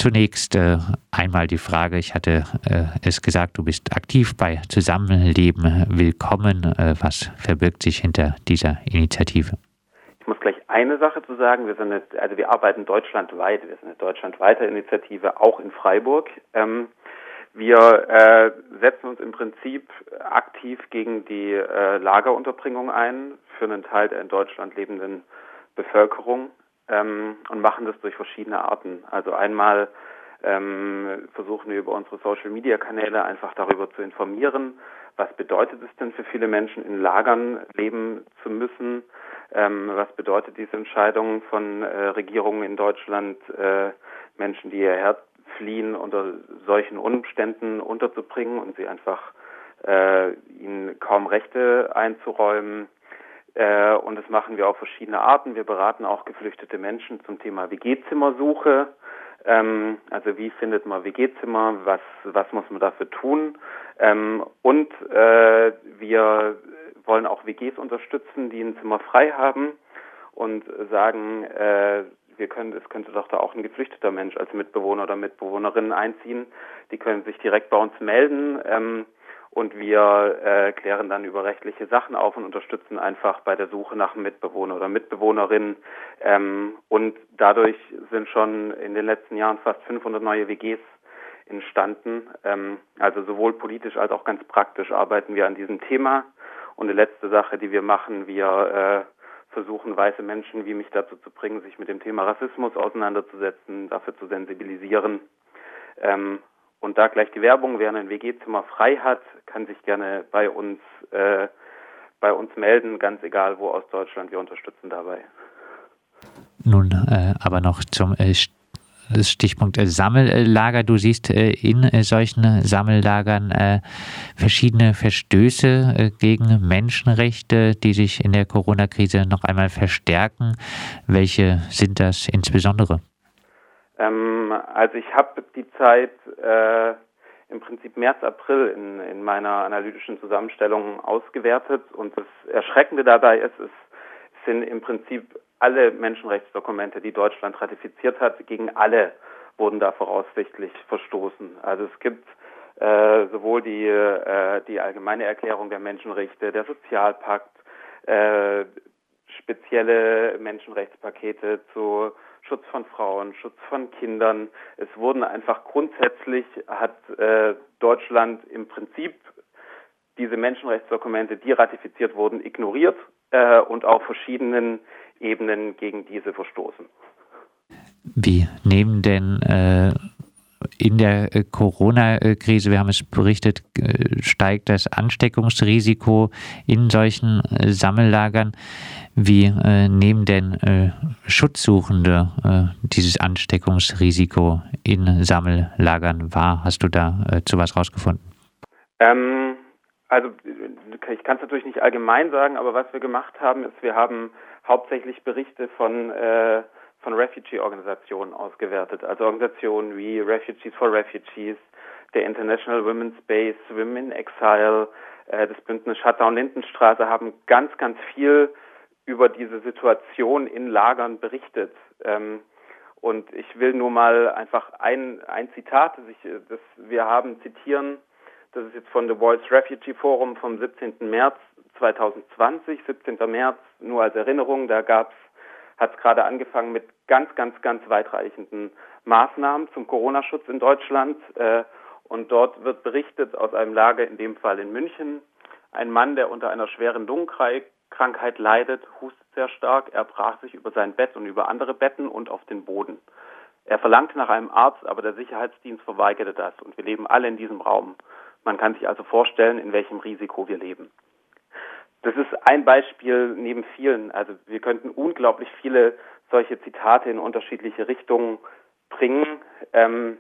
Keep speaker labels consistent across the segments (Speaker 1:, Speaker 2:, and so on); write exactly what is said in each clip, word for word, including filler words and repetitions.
Speaker 1: zunächst äh, einmal die Frage, ich hatte äh, es gesagt, du bist aktiv bei Zusammenleben willkommen. Äh, was verbirgt sich hinter dieser Initiative?
Speaker 2: Ich muss gleich eine Sache zu sagen. Wir sind eine, also wir arbeiten deutschlandweit. Wir sind eine deutschlandweite Initiative, auch in Freiburg. Ähm, wir äh, setzen uns im Prinzip aktiv gegen die äh, Lagerunterbringung ein für einen Teil der in Deutschland lebenden Bevölkerung ähm, und machen das durch verschiedene Arten. Also einmal ähm, versuchen wir über unsere Social-Media-Kanäle einfach darüber zu informieren, was bedeutet es denn für viele Menschen, in Lagern leben zu müssen. Ähm, was bedeutet diese Entscheidung von äh, Regierungen in Deutschland, äh, Menschen, die hierher fliehen, unter solchen Umständen unterzubringen und sie einfach äh, ihnen kaum Rechte einzuräumen. Äh, und das machen wir auf verschiedene Arten. Wir beraten auch geflüchtete Menschen zum Thema W G-Zimmersuche. Ähm, also wie findet man W G-Zimmer, was, was muss man dafür tun? Ähm, und äh, wir wollen auch W Gs unterstützen, die ein Zimmer frei haben und sagen, äh, wir können, es könnte doch da auch ein geflüchteter Mensch als Mitbewohner oder Mitbewohnerin einziehen. Die können sich direkt bei uns melden ähm, und wir äh, klären dann über rechtliche Sachen auf und unterstützen einfach bei der Suche nach einem Mitbewohner oder Mitbewohnerin. Ähm, und dadurch sind schon in den letzten Jahren fast fünfhundert neue W Gs entstanden. Ähm, also sowohl politisch als auch ganz praktisch arbeiten wir an diesem Thema. Und die letzte Sache, die wir machen, wir äh, versuchen, weiße Menschen wie mich dazu zu bringen, sich mit dem Thema Rassismus auseinanderzusetzen, dafür zu sensibilisieren. Ähm, und da gleich die Werbung, wer ein W G-Zimmer frei hat, kann sich gerne bei uns, äh, bei uns melden, ganz egal wo aus Deutschland, wir unterstützen dabei.
Speaker 1: Nun äh, aber noch zum äh, Das Stichpunkt äh, Sammellager. Du siehst äh, in äh, solchen Sammellagern äh, verschiedene Verstöße äh, gegen Menschenrechte, die sich in der Corona-Krise noch einmal verstärken. Welche sind das insbesondere?
Speaker 2: Ähm, also ich habe die Zeit äh, im Prinzip März, April in, in meiner analytischen Zusammenstellung ausgewertet und das Erschreckende dabei ist, es sind im Prinzip alle Menschenrechtsdokumente, die Deutschland ratifiziert hat, gegen alle wurden da voraussichtlich verstoßen. Also es gibt äh, sowohl die, äh, die allgemeine Erklärung der Menschenrechte, der Sozialpakt, äh, spezielle Menschenrechtspakete zu Schutz von Frauen, Schutz von Kindern. Es wurden einfach grundsätzlich, hat äh, Deutschland im Prinzip diese Menschenrechtsdokumente, die ratifiziert wurden, ignoriert äh, und auf verschiedenen Ebenen gegen diese verstoßen.
Speaker 1: Wie nehmen denn äh, in der äh, Corona-Krise, wir haben es berichtet, äh, steigt das Ansteckungsrisiko in solchen äh, Sammellagern. Wie äh, nehmen denn äh, Schutzsuchende äh, dieses Ansteckungsrisiko in Sammellagern wahr? Hast du da äh, zu was rausgefunden?
Speaker 2: Ähm, also ich kann es natürlich nicht allgemein sagen, aber was wir gemacht haben, ist, wir haben hauptsächlich Berichte von äh, von Refugee-Organisationen ausgewertet, also Organisationen wie Refugees for Refugees, der International Women's Space, Women in Exile, äh, das Bündnis Shutdown Lindenstraße haben ganz, ganz viel über diese Situation in Lagern berichtet. Ähm, und ich will nur mal einfach ein ein Zitat, das, ich, das wir haben zitieren. Das ist jetzt von The Voice Refugee Forum vom siebzehnten März zweitausendzwanzig, siebzehnten März, nur als Erinnerung, da gab's, hat es gerade angefangen mit ganz, ganz, ganz weitreichenden Maßnahmen zum Corona-Schutz in Deutschland. Äh, und dort wird berichtet aus einem Lager, in dem Fall in München, ein Mann, der unter einer schweren Lungenkrankheit leidet, hustet sehr stark, er brach sich über sein Bett und über andere Betten und auf den Boden. Er verlangte nach einem Arzt, aber der Sicherheitsdienst verweigerte das und wir leben alle in diesem Raum. Man kann sich also vorstellen, in welchem Risiko wir leben. Das ist ein Beispiel neben vielen. Also wir könnten unglaublich viele solche Zitate in unterschiedliche Richtungen bringen, ähm,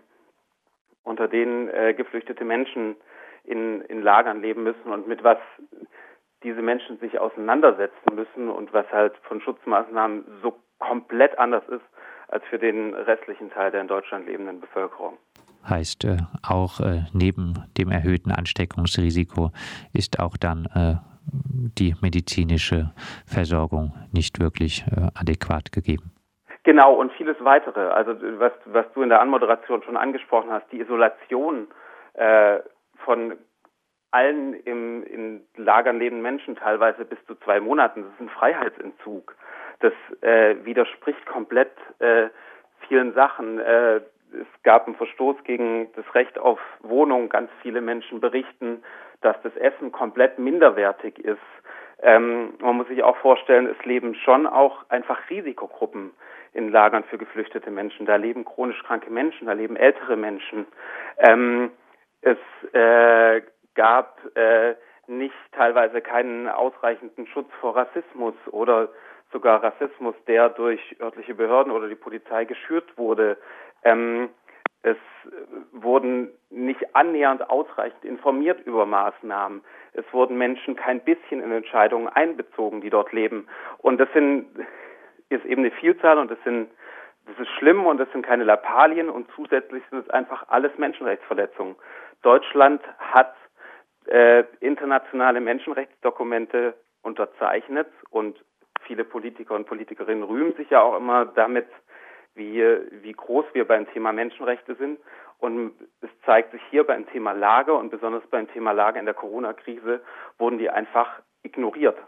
Speaker 2: unter denen äh, geflüchtete Menschen in, in Lagern leben müssen und mit was diese Menschen sich auseinandersetzen müssen und was halt von Schutzmaßnahmen so komplett anders ist als für den restlichen Teil der in Deutschland lebenden Bevölkerung.
Speaker 1: Heißt äh, auch äh, neben dem erhöhten Ansteckungsrisiko ist auch dann äh, die medizinische Versorgung nicht wirklich äh, adäquat gegeben.
Speaker 2: Genau, und vieles weitere. Also was, was du in der Anmoderation schon angesprochen hast, die Isolation äh, von allen im, in Lagern lebenden Menschen, teilweise bis zu zwei Monaten, das ist ein Freiheitsentzug. Das äh, widerspricht komplett äh, vielen Sachen. Äh, es gab einen Verstoß gegen das Recht auf Wohnung. Ganz viele Menschen berichten, dass das Essen komplett minderwertig ist. Ähm, man muss sich auch vorstellen, es leben schon auch einfach Risikogruppen in Lagern für geflüchtete Menschen. Da leben chronisch kranke Menschen, da leben ältere Menschen. Ähm, es äh, gab äh, nicht teilweise keinen ausreichenden Schutz vor Rassismus oder sogar Rassismus, der durch örtliche Behörden oder die Polizei geschürt wurde. Ähm, es wurden nicht annähernd ausreichend informiert über Maßnahmen. Es wurden Menschen kein bisschen in Entscheidungen einbezogen, die dort leben. Und das sind, ist eben eine Vielzahl und das sind, das ist schlimm und das sind keine Lappalien und zusätzlich sind es einfach alles Menschenrechtsverletzungen. Deutschland hat äh, internationale Menschenrechtsdokumente unterzeichnet und viele Politiker und Politikerinnen rühmen sich ja auch immer damit, wie, wie groß wir beim Thema Menschenrechte sind. Und es zeigt sich hier beim Thema Lage und besonders beim Thema Lage in der Corona-Krise wurden die einfach ignoriert.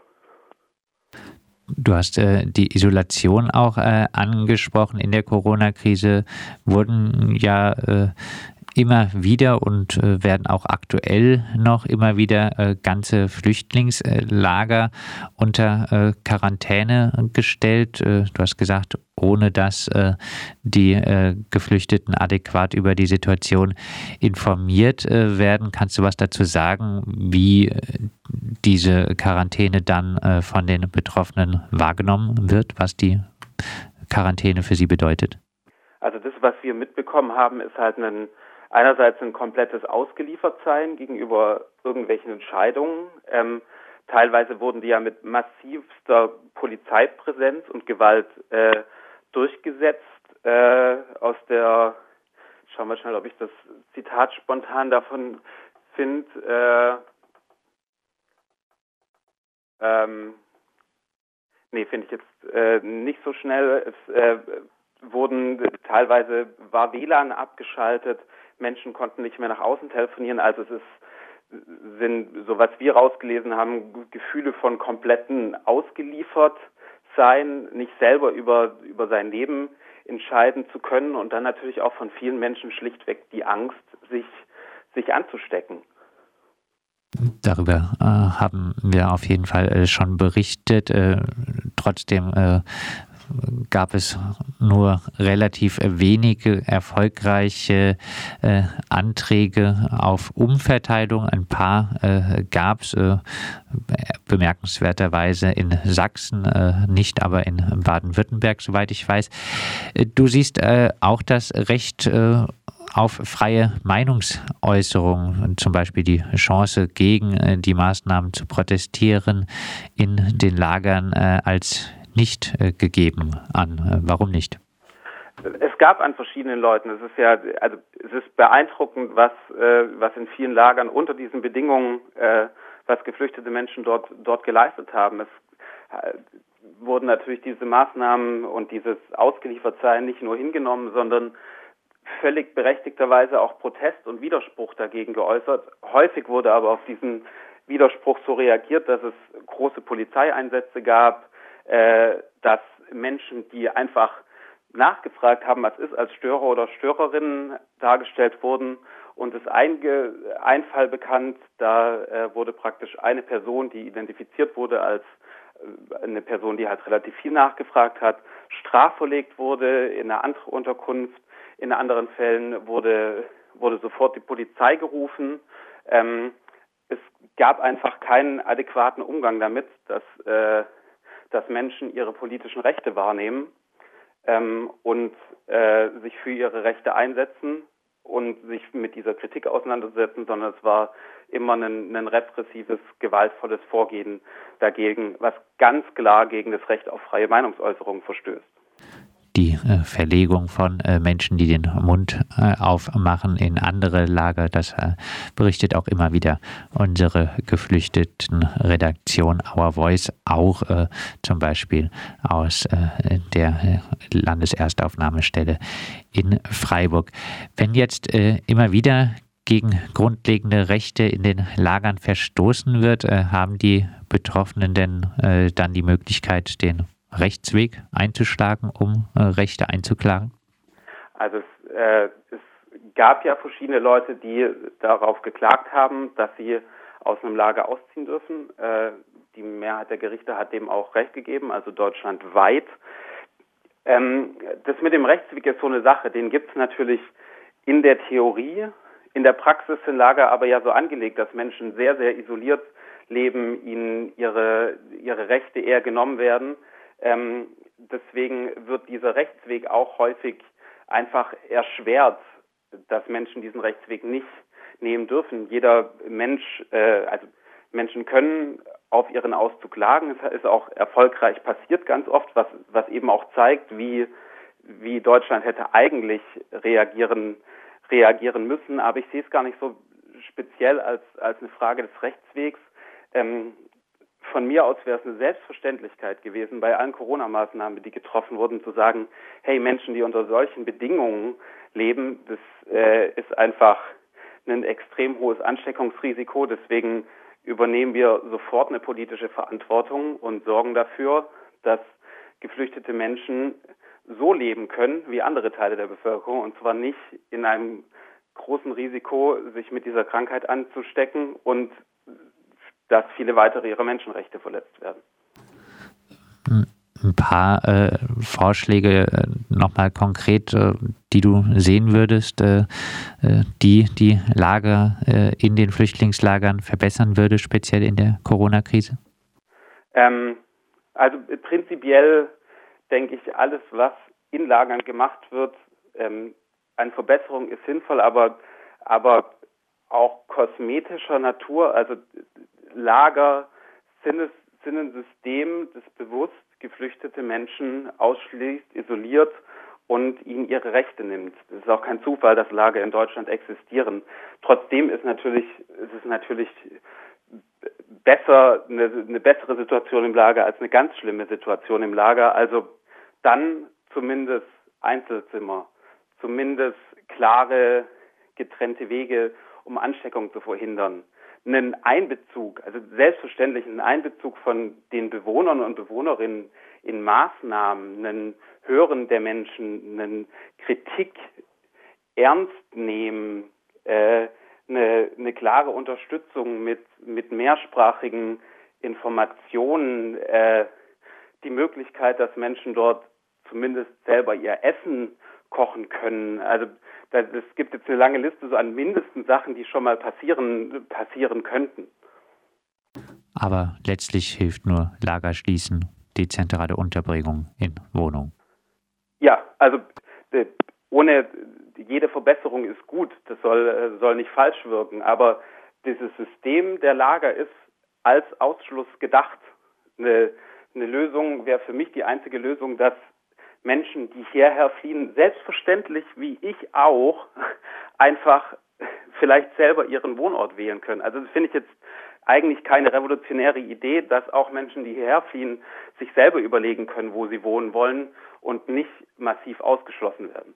Speaker 1: Du hast äh, die Isolation auch äh, angesprochen. In der Corona-Krise wurden ja äh, immer wieder und äh, werden auch aktuell noch immer wieder äh, ganze Flüchtlingslager unter äh, Quarantäne gestellt. Äh, du hast gesagt, ohne dass äh, die äh, Geflüchteten adäquat über die Situation informiert äh, werden. Kannst du was dazu sagen, wie äh, diese Quarantäne dann äh, von den Betroffenen wahrgenommen wird, was die Quarantäne für sie bedeutet?
Speaker 2: Also das, was wir mitbekommen haben, ist halt ein einerseits ein komplettes Ausgeliefertsein gegenüber irgendwelchen Entscheidungen. Ähm, teilweise wurden die ja mit massivster Polizeipräsenz und Gewalt äh, durchgesetzt. Äh, aus der, schauen wir schnell, ob ich das Zitat spontan davon finde. Äh, ähm, nee, finde ich jetzt äh, nicht so schnell. Es äh, wurden teilweise war W L A N abgeschaltet. Menschen konnten nicht mehr nach außen telefonieren, also es ist, sind, so was wir rausgelesen haben, Gefühle von kompletten Ausgeliefertsein, nicht selber über, über sein Leben entscheiden zu können und dann natürlich auch von vielen Menschen schlichtweg die Angst, sich, sich anzustecken.
Speaker 1: Darüber äh, haben wir auf jeden Fall äh, schon berichtet. Äh, trotzdem äh, gab es nur relativ wenige erfolgreiche äh, Anträge auf Umverteilung. Ein paar äh, gab es äh, bemerkenswerterweise in Sachsen, äh, nicht aber in Baden-Württemberg, soweit ich weiß. Du siehst äh, auch das Recht äh, auf freie Meinungsäußerung, zum Beispiel die Chance gegen äh, die Maßnahmen zu protestieren in den Lagern äh, als nicht äh, gegeben an. Äh, warum nicht?
Speaker 2: Es gab an verschiedenen Leuten. Es ist ja, also es ist beeindruckend, was äh, was in vielen Lagern unter diesen Bedingungen, äh, was geflüchtete Menschen dort dort geleistet haben. Es äh, wurden natürlich diese Maßnahmen und dieses Ausgeliefertsein nicht nur hingenommen, sondern völlig berechtigterweise auch Protest und Widerspruch dagegen geäußert. Häufig wurde aber auf diesen Widerspruch so reagiert, dass es große Polizeieinsätze gab, äh, dass Menschen, die einfach nachgefragt haben, was ist, als Störer oder Störerinnen dargestellt wurden. Und es ist ein, ein Fall bekannt, da äh, wurde praktisch eine Person, die identifiziert wurde als äh, eine Person, die halt relativ viel nachgefragt hat, strafverlegt wurde in eine andere Unterkunft. In anderen Fällen wurde, wurde sofort die Polizei gerufen. Ähm, es gab einfach keinen adäquaten Umgang damit, dass, äh, dass Menschen ihre politischen Rechte wahrnehmen ähm, und äh, sich für ihre Rechte einsetzen und sich mit dieser Kritik auseinandersetzen, sondern es war immer ein, ein repressives, gewaltvolles Vorgehen dagegen, was ganz klar gegen das Recht auf freie Meinungsäußerung verstößt.
Speaker 1: Die äh, Verlegung von äh, Menschen, die den Mund äh, aufmachen in andere Lager. Das äh, berichtet auch immer wieder unsere geflüchteten Redaktion Our Voice, auch äh, zum Beispiel aus äh, der Landeserstaufnahmestelle in Freiburg. Wenn jetzt äh, immer wieder gegen grundlegende Rechte in den Lagern verstoßen wird, äh, haben die Betroffenen denn äh, dann die Möglichkeit, den Rechtsweg einzuschlagen, um äh, Rechte einzuklagen?
Speaker 2: Also es, äh, es gab ja verschiedene Leute, die darauf geklagt haben, dass sie aus einem Lager ausziehen dürfen. Äh, die Mehrheit der Gerichte hat dem auch Recht gegeben, also deutschlandweit. Ähm, das mit dem Rechtsweg ist so eine Sache, den gibt es natürlich in der Theorie. In der Praxis sind Lager aber ja so angelegt, dass Menschen sehr, sehr isoliert leben, ihnen ihre, ihre Rechte eher genommen werden. Ähm, deswegen wird dieser Rechtsweg auch häufig einfach erschwert, dass Menschen diesen Rechtsweg nicht nehmen dürfen. Jeder Mensch, äh, also Menschen können auf ihren Auszug klagen. Es ist auch erfolgreich passiert ganz oft, was, was eben auch zeigt, wie, wie Deutschland hätte eigentlich reagieren reagieren müssen, aber ich sehe es gar nicht so speziell als, als eine Frage des Rechtswegs. Ähm, von mir aus wäre es eine Selbstverständlichkeit gewesen, bei allen Corona-Maßnahmen, die getroffen wurden, zu sagen, hey, Menschen, die unter solchen Bedingungen leben, das äh, ist einfach ein extrem hohes Ansteckungsrisiko, deswegen übernehmen wir sofort eine politische Verantwortung und sorgen dafür, dass geflüchtete Menschen so leben können wie andere Teile der Bevölkerung, und zwar nicht in einem großen Risiko, sich mit dieser Krankheit anzustecken und dass viele weitere ihrer Menschenrechte verletzt werden.
Speaker 1: Ein paar äh, Vorschläge äh, nochmal konkret, äh, die du sehen würdest, äh, die die Lage äh, in den Flüchtlingslagern verbessern würde, speziell in der Corona-Krise?
Speaker 2: Ähm, also prinzipiell denke ich, alles, was in Lagern gemacht wird, ähm, eine Verbesserung ist sinnvoll, aber, aber auch kosmetischer Natur. Also Lager sind, es, sind ein System, das bewusst geflüchtete Menschen ausschließt, isoliert und ihnen ihre Rechte nimmt. Es ist auch kein Zufall, dass Lager in Deutschland existieren. Trotzdem ist natürlich, ist es natürlich besser, eine, eine bessere Situation im Lager als eine ganz schlimme Situation im Lager. Also dann zumindest Einzelzimmer, zumindest klare, getrennte Wege, um Ansteckung zu verhindern. Einen Einbezug, also selbstverständlich einen Einbezug von den Bewohnern und Bewohnerinnen in Maßnahmen, einen Hören der Menschen, einen Kritik ernst nehmen, äh, eine, eine klare Unterstützung mit, mit mehrsprachigen Informationen, äh, die Möglichkeit, dass Menschen dort zumindest selber ihr Essen kochen können. Also es gibt jetzt eine lange Liste so an mindesten Sachen, die schon mal passieren, passieren könnten.
Speaker 1: Aber letztlich hilft nur Lager schließen, dezentrale Unterbringung in Wohnungen.
Speaker 2: Ja, also ohne jede Verbesserung ist gut, das soll, soll nicht falsch wirken, aber dieses System der Lager ist als Ausschluss gedacht. Eine Eine Lösung wäre für mich die einzige Lösung, dass Menschen, die hierher fliehen, selbstverständlich wie ich auch, einfach vielleicht selber ihren Wohnort wählen können. Also das finde ich jetzt eigentlich keine revolutionäre Idee, dass auch Menschen, die hierher fliehen, sich selber überlegen können, wo sie wohnen wollen und nicht massiv ausgeschlossen werden.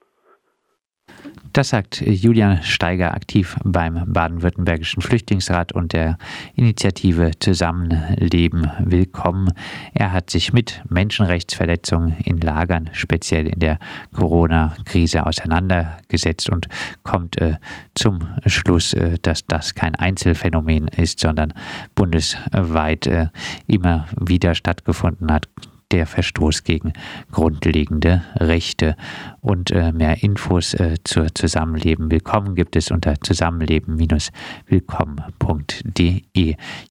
Speaker 1: Das sagt Julian Steiger, aktiv beim Baden-Württembergischen Flüchtlingsrat und der Initiative Zusammenleben willkommen. Er hat sich mit Menschenrechtsverletzungen in Lagern, speziell in der Corona-Krise, auseinandergesetzt und kommt äh, zum Schluss, äh, dass das kein Einzelfenomen ist, sondern bundesweit äh, immer wieder stattgefunden hat. Der Verstoß gegen grundlegende Rechte. Und äh, mehr Infos äh, zur Zusammenleben willkommen gibt es unter zusammenleben Bindestrich willkommen Punkt de.